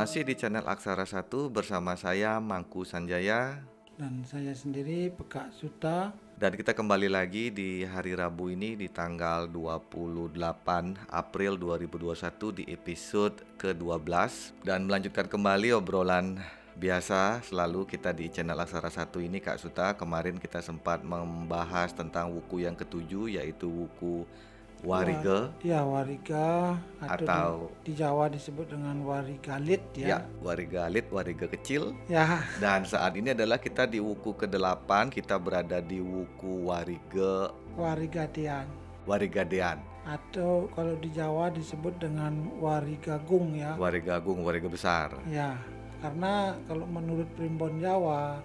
masih di channel Aksara 1 bersama saya Mangku Sanjaya. Dan saya sendiri Pekak Suta. Dan kita kembali lagi di hari Rabu ini di tanggal 28 April 2021 di episode ke-12. Dan melanjutkan kembali obrolan biasa selalu kita di channel Aksara 1 ini Kak Suta. Kemarin kita sempat membahas tentang wuku yang ketujuh, yaitu wuku Warige. Ya, Wariga Atau di Jawa disebut dengan Warigalit ya. Warige alit, warige kecil. Ya, Dan saat ini adalah kita di wuku ke-8, kita berada di wuku Warigadian. Warigadean. Atau kalau di Jawa disebut dengan Warigagung ya. Warige agung, warige besar. Ya, karena kalau menurut primbon Jawa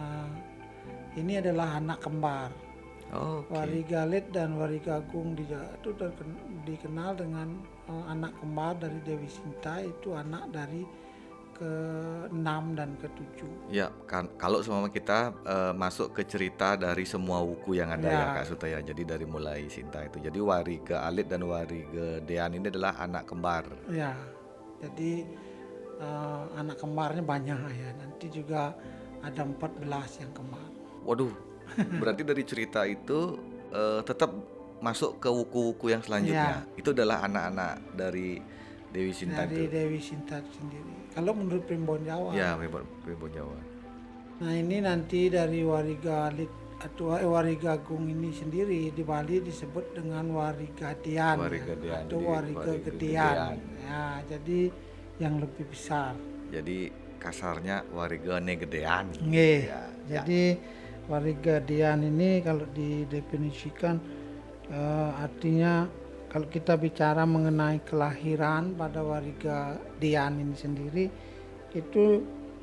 ini adalah anak kembar. Oke. Warigalit dan Warigagung di Jawa itu dikenal dengan anak kembar dari Dewi Sinta, itu anak dari ke-6 dan ke-7. Ya, kan kalau semua kita masuk ke cerita dari semua wuku yang ada ya Kak Suta ya. Jadi dari mulai Sinta itu. Jadi Warige alit dan Warige dean ini adalah anak kembar. Ya, jadi anak kembarnya banyak ya. Nanti juga ada 14 yang kembar. Waduh, berarti dari cerita itu tetap masuk ke wuku-wuku yang selanjutnya. Itu adalah anak-anak dari Dewi Sinta Dari itu. Dewi Sinta itu sendiri. Kalau menurut primbon Jawa. Ya, Wibo Jawa. Nah, ini nanti dari Warigalit atau Warigagung ini sendiri di Bali disebut dengan Warigadian Warigadean, atau jadi Warigagedean. Warigagedean. Ya, jadi yang lebih besar. Jadi kasarnya warigane gedean. Nggih. Ya, Jadi Warigadian ini kalau didefinisikan artinya kalau kita bicara mengenai kelahiran pada Warigadian ini sendiri, itu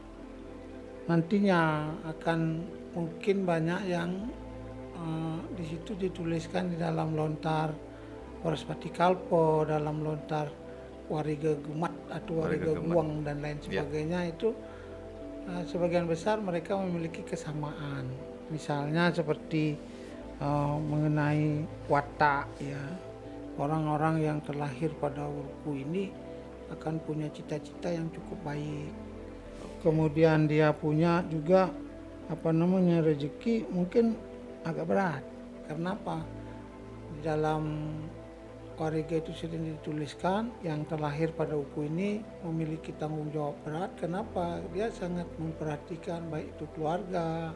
nantinya akan mungkin banyak yang di situ dituliskan di dalam lontar Waraspati Kalpo, dalam lontar Wariga Gumat atau Wariga Guang dan lain sebagainya. Itu sebagian besar mereka memiliki kesamaan. Misalnya seperti mengenai watak ya, orang-orang yang terlahir pada wuku ini akan punya cita-cita yang cukup baik. Kemudian dia punya juga rezeki mungkin agak berat. Karena apa? Di dalam Wariga itu sering dituliskan yang terlahir pada wuku ini memiliki tanggung jawab berat. Kenapa? Dia sangat memperhatikan baik itu keluarga,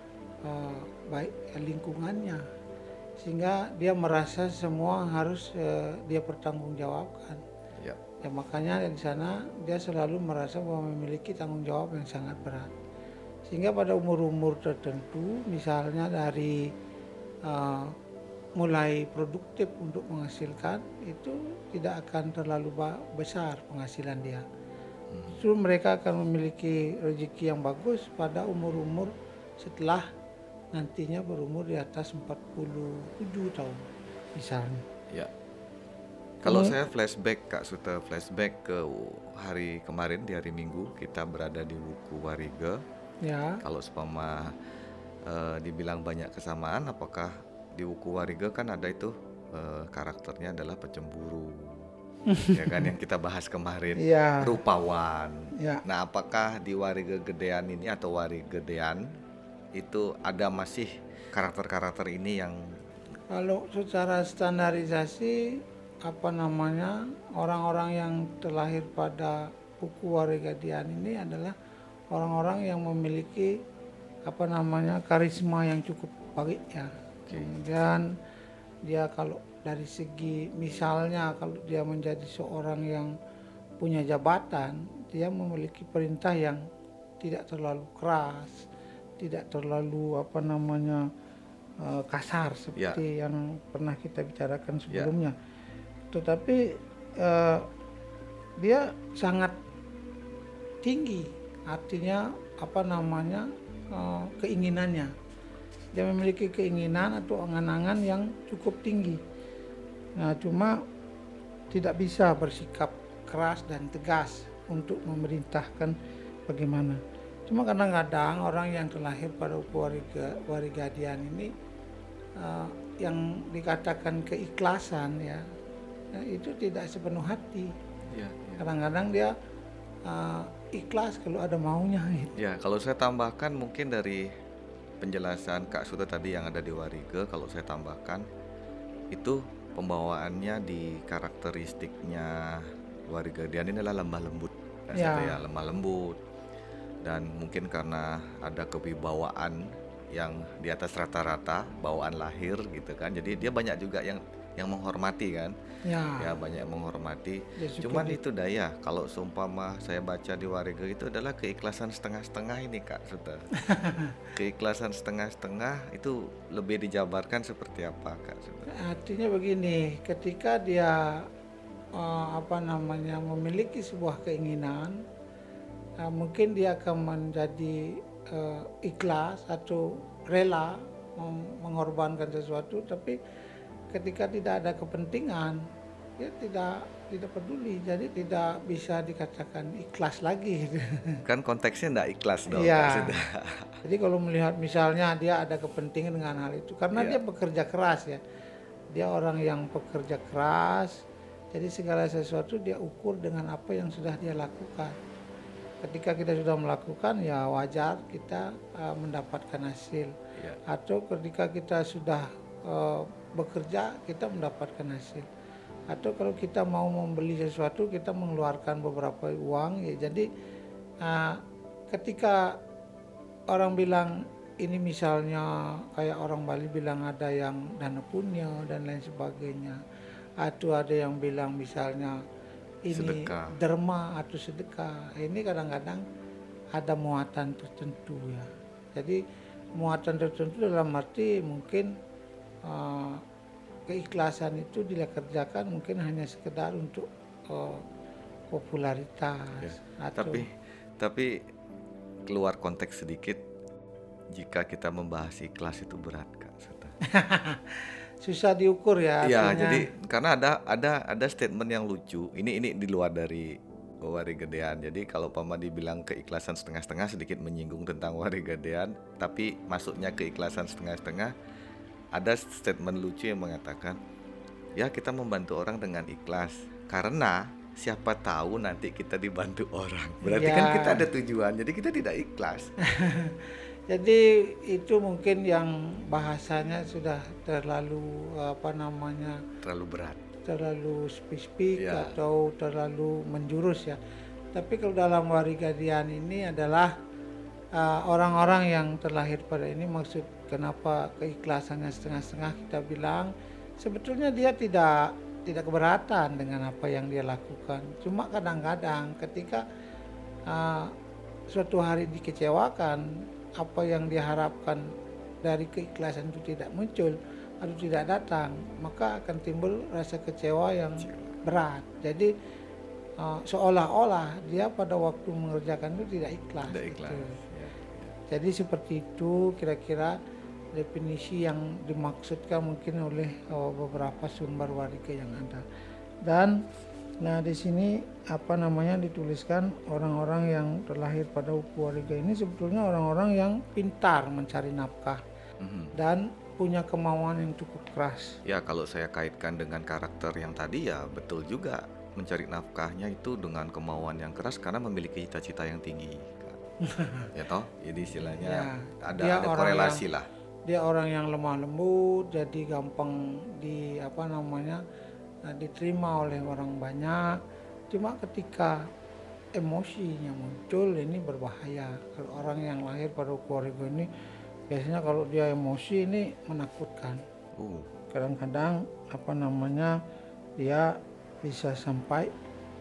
baik lingkungannya, sehingga dia merasa semua harus dia pertanggungjawabkan. Ya, makanya di sana dia selalu merasa bahwa memiliki tanggung jawab yang sangat berat. Sehingga pada umur-umur tertentu, misalnya dari mulai produktif untuk menghasilkan, itu tidak akan terlalu besar penghasilan dia. Justru mereka akan memiliki rezeki yang bagus pada umur-umur setelah nantinya berumur di atas 47 tahun misalnya. Ya. Kalau saya flashback Kak Suta, flashback ke hari kemarin, di hari Minggu kita berada di wuku Warige. Ya. Kalau seumpama dibilang banyak kesamaan, apakah di wuku Warige kan ada itu karakternya adalah pecemburu. Ya kan yang kita bahas kemarin, Ya. rupawan. Ya. Nah, apakah di Warige Gedean ini atau Warigedean itu ada masih karakter-karakter ini yang kalau secara standarisasi orang-orang yang terlahir pada wuku Warigadian ini adalah orang-orang yang memiliki karisma yang cukup baik ya. Kemudian dia kalau dari segi misalnya kalau dia menjadi seorang yang punya jabatan, dia memiliki perintah yang tidak terlalu keras, tidak terlalu kasar seperti yang pernah kita bicarakan sebelumnya. Tetapi dia sangat tinggi, artinya keinginannya. Dia memiliki keinginan atau angan-angan yang cukup tinggi. Nah, cuma tidak bisa bersikap keras dan tegas untuk memerintahkan bagaimana. Cuma kadang-kadang orang yang terlahir pada Warigadian ini yang dikatakan keikhlasan ya, itu tidak sepenuh hati. Kadang-kadang dia ikhlas kalau ada maunya gitu. Ya, kalau saya tambahkan mungkin dari penjelasan Kak Suta tadi yang ada di Warige, kalau saya tambahkan itu pembawaannya di karakteristiknya Warigadian ini adalah lemah lembut. Kak Suta ya, Ya, lemah lembut, dan mungkin karena ada kewibawaan yang di atas rata-rata bawaan lahir gitu kan, jadi dia banyak juga yang menghormati kan, ya, ya banyak yang menghormati. dia suka Cuman itu daya kalau seumpama saya baca di Warga itu adalah keikhlasan setengah-setengah ini Kak Suta. Keikhlasan setengah-setengah itu lebih dijabarkan seperti apa Kak Suta? artinya begini, ketika dia memiliki sebuah keinginan, mungkin dia akan menjadi ikhlas atau rela mengorbankan sesuatu, tapi ketika tidak ada kepentingan, dia tidak peduli, jadi tidak bisa dikatakan ikhlas lagi gitu. Kan konteksnya enggak ikhlas dong Kak Iya. Suta. Jadi kalau melihat misalnya dia ada kepentingan dengan hal itu, karena dia Iya. bekerja keras ya. Dia orang yang pekerja keras, jadi segala sesuatu dia ukur dengan apa yang sudah dia lakukan. Ketika kita sudah melakukan, ya wajar kita mendapatkan hasil. Iya. Atau ketika kita sudah bekerja, kita mendapatkan hasil. Atau kalau kita mau membeli sesuatu, kita mengeluarkan beberapa uang. Ya, jadi uh, ketika orang bilang ini, misalnya kayak orang Bali bilang ada yang dana punya dan lain sebagainya, atau ada yang bilang misalnya ini Sedekah. derma atau sedekah, ini kadang-kadang ada muatan tertentu ya. Jadi muatan tertentu dalam arti mungkin uh, keikhlasan itu dikerjakan mungkin hanya sekedar untuk popularitas Ya. atau Tapi keluar konteks sedikit, jika kita membahas ikhlas itu berat Kak Suta. susah diukur ya Iya, artinya. jadi karena ada statement yang lucu. Ini di luar dari Warigadean. Jadi kalau Pama dibilang keikhlasan setengah-setengah sedikit menyinggung tentang Warigadean, tapi masuknya keikhlasan setengah-setengah, ada statement lucu yang mengatakan, ya kita membantu orang dengan ikhlas karena siapa tahu nanti kita dibantu orang. Berarti kan kita Ya, ada tujuan. Jadi kita tidak ikhlas. jadi itu mungkin yang bahasanya sudah terlalu Terlalu berat. terlalu spesifik Ya, atau terlalu menjurus ya. Tapi kalau dalam Warigadian ini adalah orang-orang yang terlahir pada ini, maksud kenapa keikhlasannya setengah-setengah, kita bilang sebetulnya dia tidak keberatan dengan apa yang dia lakukan. Cuma kadang-kadang ketika uh, suatu hari dikecewakan, apa yang diharapkan dari keikhlasan itu tidak muncul atau tidak datang, maka akan timbul rasa kecewa yang berat. Jadi seolah-olah dia pada waktu mengerjakan itu tidak ikhlas tidak gitu. ikhlas. Ya. Jadi seperti itu kira-kira definisi yang dimaksudkan mungkin oleh beberapa sumber Warika yang ada. Dan nah di sini dituliskan orang-orang yang terlahir pada Warika ini sebetulnya orang-orang yang pintar mencari nafkah dan punya kemauan yang cukup keras. Ya, kalau saya kaitkan dengan karakter yang tadi ya betul juga, mencari nafkahnya itu dengan kemauan yang keras karena memiliki cita-cita yang tinggi, Kak. Ya toh, jadi istilahnya Ya, dia ada orang yang korelasi lah. dia orang yang lemah lembut, jadi gampang diterima oleh orang banyak. Cuma ketika emosinya muncul, ini berbahaya. Kalau orang yang lahir pada keluarga ini biasanya kalau dia emosi ini menakutkan. Uh, Kadang-kadang dia bisa sampai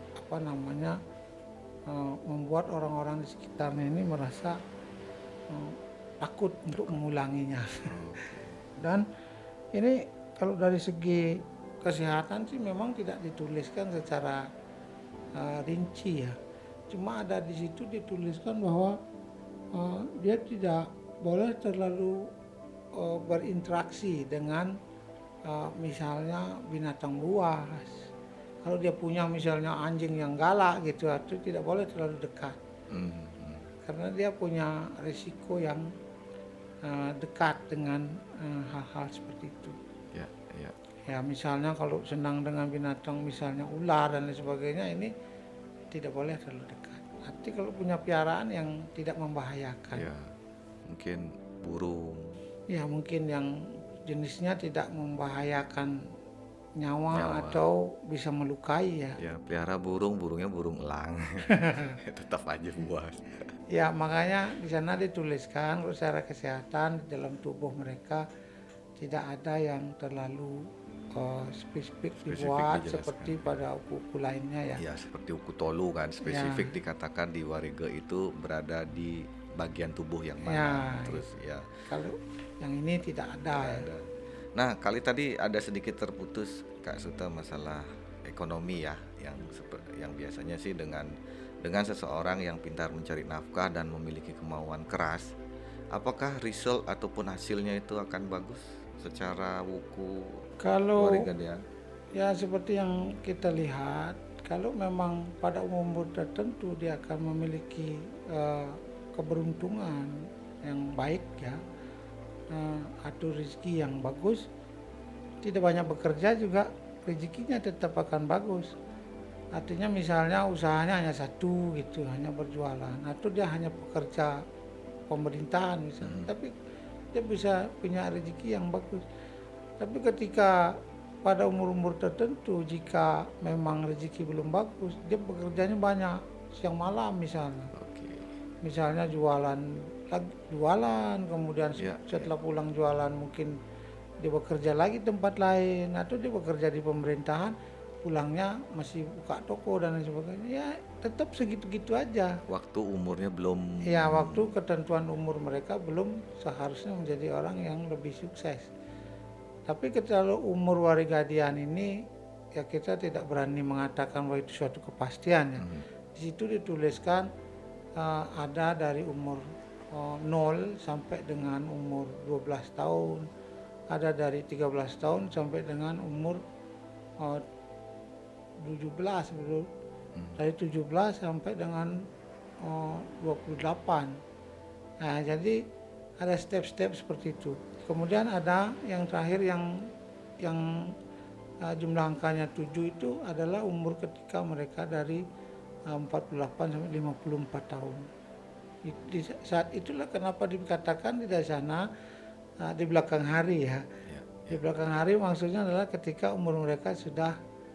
membuat orang-orang di sekitarnya ini merasa takut untuk mengulanginya. Dan ini kalau dari segi kesehatan sih memang tidak dituliskan secara rinci ya. Cuma ada di situ dituliskan bahwa dia tidak boleh terlalu berinteraksi dengan misalnya binatang buas. Kalau dia punya misalnya anjing yang galak gitu, itu tidak boleh terlalu dekat. Karena dia punya risiko yang dekat dengan hal-hal seperti itu. ya, ya. Ya misalnya kalau senang dengan binatang misalnya ular dan lain sebagainya, ini tidak boleh terlalu dekat. Arti kalau punya piaraan yang tidak membahayakan. Ya, mungkin burung. Ya mungkin yang jenisnya tidak membahayakan nyawa Nyawa. atau bisa melukai ya. Ya, pelihara burung, burungnya burung elang. Tetap aja buas. Ya makanya di sana dituliskan kalau secara kesehatan di dalam tubuh mereka tidak ada yang terlalu spesifik dibuat dijelaskan. seperti pada kuku lainnya ya. Ya, seperti uku tolu kan, spesifik dikatakan di Warige itu berada di bagian tubuh yang mana. Ya, Terus ya Kalau yang ini tidak ada. ada. Nah, kali tadi ada sedikit terputus Kak Suta masalah ekonomi ya, yang biasanya sih dengan seseorang yang pintar mencari nafkah dan memiliki kemauan keras, apakah result ataupun hasilnya itu akan bagus secara wuku Kalau Warigadian? ya seperti yang kita lihat, kalau memang pada umur tertentu dia akan memiliki keberuntungan yang baik ya, atau rezeki yang bagus, tidak banyak bekerja juga rezekinya tetap akan bagus. Artinya misalnya usahanya hanya satu gitu, hanya berjualan, atau dia hanya pekerja pemerintahan misalnya, tapi dia bisa punya rezeki yang bagus. Tapi ketika pada umur-umur tertentu, jika memang rezeki belum bagus, dia bekerjanya banyak, siang malam misalnya. Oke. Misalnya jualan, kemudian setelah pulang jualan mungkin dia bekerja lagi tempat lain, atau dia bekerja di pemerintahan, pulangnya masih buka toko dan lain sebagainya. Ya tetap segitu-gitu aja. Waktu umurnya belum. Ya waktu ketentuan umur mereka belum seharusnya menjadi orang yang lebih sukses. Tapi kalau umur Warigadian ini ya kita tidak berani mengatakan bahwa itu suatu kepastian ya. Di situ dituliskan ada dari umur 0 sampai dengan umur 12 tahun, ada dari 13 tahun sampai dengan umur 17, dari 17 sampai dengan 28. Nah, jadi ada step-step seperti itu. Kemudian ada yang terakhir yang jumlah angkanya 7 itu adalah umur ketika mereka dari 48 sampai 54 tahun. Di saat itulah kenapa dikatakan di sana di belakang hari ya. Di belakang hari maksudnya adalah ketika umur mereka sudah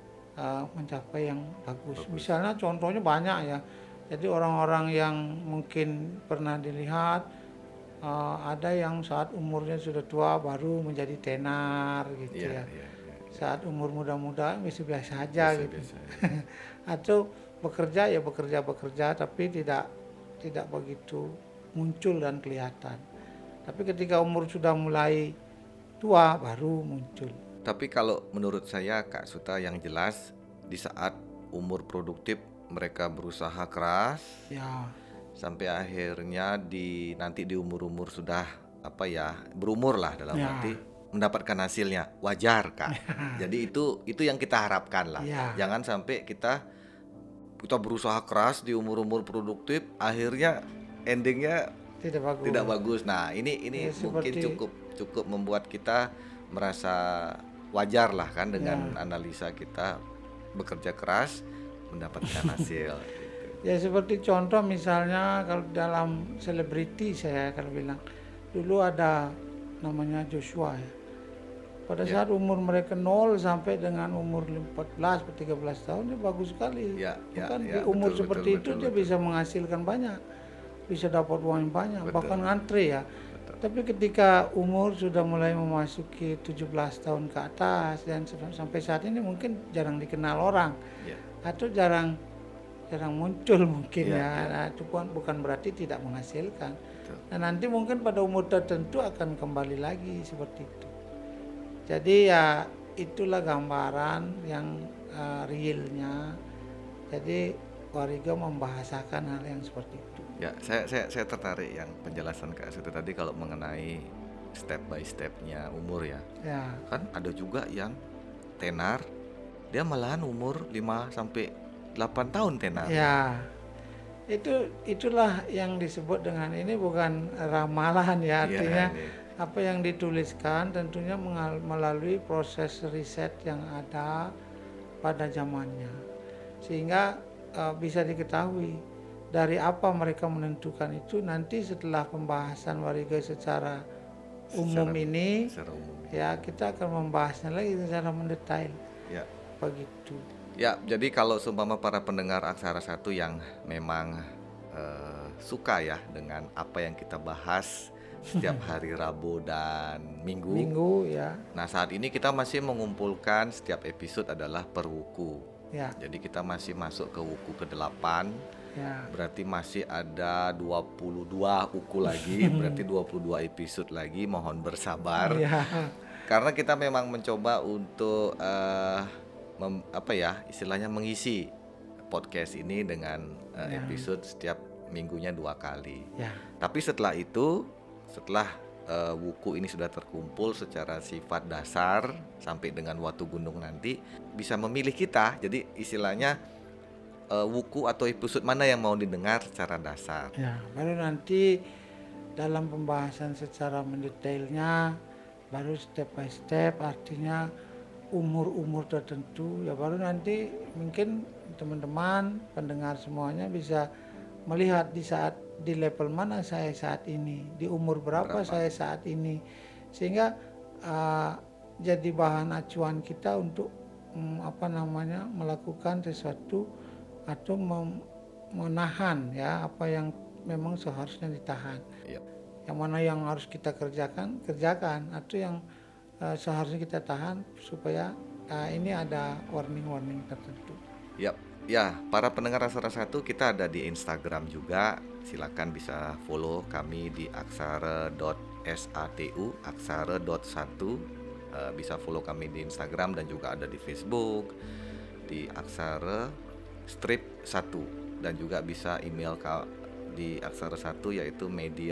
mencapai yang bagus. Misalnya contohnya banyak ya. Jadi orang-orang yang mungkin pernah dilihat ada yang saat umurnya sudah tua baru menjadi tenar gitu ya. Saat umur muda-muda biasa aja gitu. Atau bekerja tapi tidak begitu muncul dan kelihatan. Tapi ketika umur sudah mulai tua baru muncul. Tapi kalau menurut saya Kak Suta yang jelas di saat umur produktif mereka berusaha keras. Ya. Sampai akhirnya nanti di umur-umur sudah berumur lah dalam arti mendapatkan hasilnya wajar Kak. Jadi itu yang kita harapkan lah. Jangan sampai kita berusaha keras di umur-umur produktif akhirnya endingnya tidak bagus. Nah ini mungkin cukup membuat kita merasa wajar lah kan dengan analisa kita bekerja keras mendapatkan hasil. Ya seperti contoh misalnya kalau dalam selebriti saya kalau bilang dulu ada namanya Joshua ya. Pada saat umur mereka 0 sampai dengan umur 14 atau 13 tahun dia bagus sekali. Di umur seperti itu dia bisa menghasilkan banyak, bisa dapat uang yang banyak, bahkan ngantri ya. Tapi ketika umur sudah mulai memasuki 17 tahun ke atas dan sampai saat ini mungkin jarang dikenal orang atau jarang muncul mungkin Nah, itu bukan berarti tidak menghasilkan. Nah, nanti mungkin pada umur tertentu akan kembali lagi seperti itu. Jadi ya itulah gambaran yang realnya. Jadi Warige membahasakan hal yang seperti itu. Ya, saya tertarik yang penjelasan Kak Suta tadi kalau mengenai step by stepnya umur ya. Kan ada juga yang tenar dia malahan umur 5 sampai 8 tahun tenar. Ya, itulah yang disebut dengan ini bukan ramalan ya, artinya apa yang dituliskan tentunya melalui proses riset yang ada pada zamannya, sehingga bisa diketahui dari apa mereka menentukan itu nanti setelah pembahasan Warga secara umum ini secara umum. ya kita akan membahasnya lagi secara mendetail Ya. begitu. Ya, jadi kalau seumpama para pendengar Aksara Satu yang memang suka ya dengan apa yang kita bahas setiap hari Rabu dan Minggu ya. Nah, saat ini kita masih mengumpulkan setiap episode adalah per wuku. Ya. Jadi kita masih masuk ke wuku ke-8. Ya. Berarti masih ada 22 wuku lagi, berarti 22 episode lagi. Mohon bersabar. Ya. Karena kita memang mencoba untuk istilahnya mengisi podcast ini dengan episode setiap minggunya 2 kali. Ya. Tapi setelah itu, setelah wuku ini sudah terkumpul secara sifat dasar sampai dengan Watu Gunung nanti bisa memilih kita. Jadi istilahnya wuku atau episode mana yang mau didengar secara dasar. Ya, baru nanti dalam pembahasan secara mendetailnya baru step by step, artinya umur-umur tertentu ya baru nanti mungkin teman-teman pendengar semuanya bisa melihat di level mana saya saat ini, di umur berapa saya saat ini, sehingga jadi bahan acuan kita untuk melakukan sesuatu atau menahan ya apa yang memang seharusnya ditahan. Yep. Yang mana yang harus kita kerjakan atau yang seharusnya kita tahan supaya ini ada warning tertentu. Yap. Ya, para pendengar Aksara Satu, kita ada di Instagram juga. Silakan bisa follow kami di aksara.satu, aksara.1. Bisa follow kami di Instagram dan juga ada di Facebook di Aksara strip 1, dan juga bisa email di Aksara 1 yaitu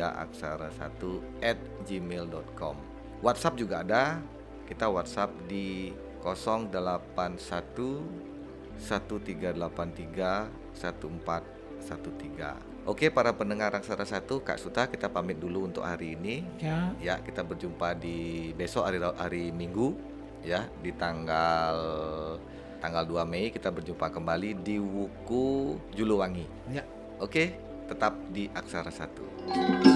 mediaaksara1@gmail.com. WhatsApp juga ada. Kita WhatsApp di 081 1383 1413. Oke, para pendengar Aksara Satu, Kak Suta, kita pamit dulu untuk hari ini. Ya, kita berjumpa di besok hari Minggu ya, di tanggal 2 Mei kita berjumpa kembali di Wuku Juluwangi. Ya. Oke, tetap di Aksara Satu.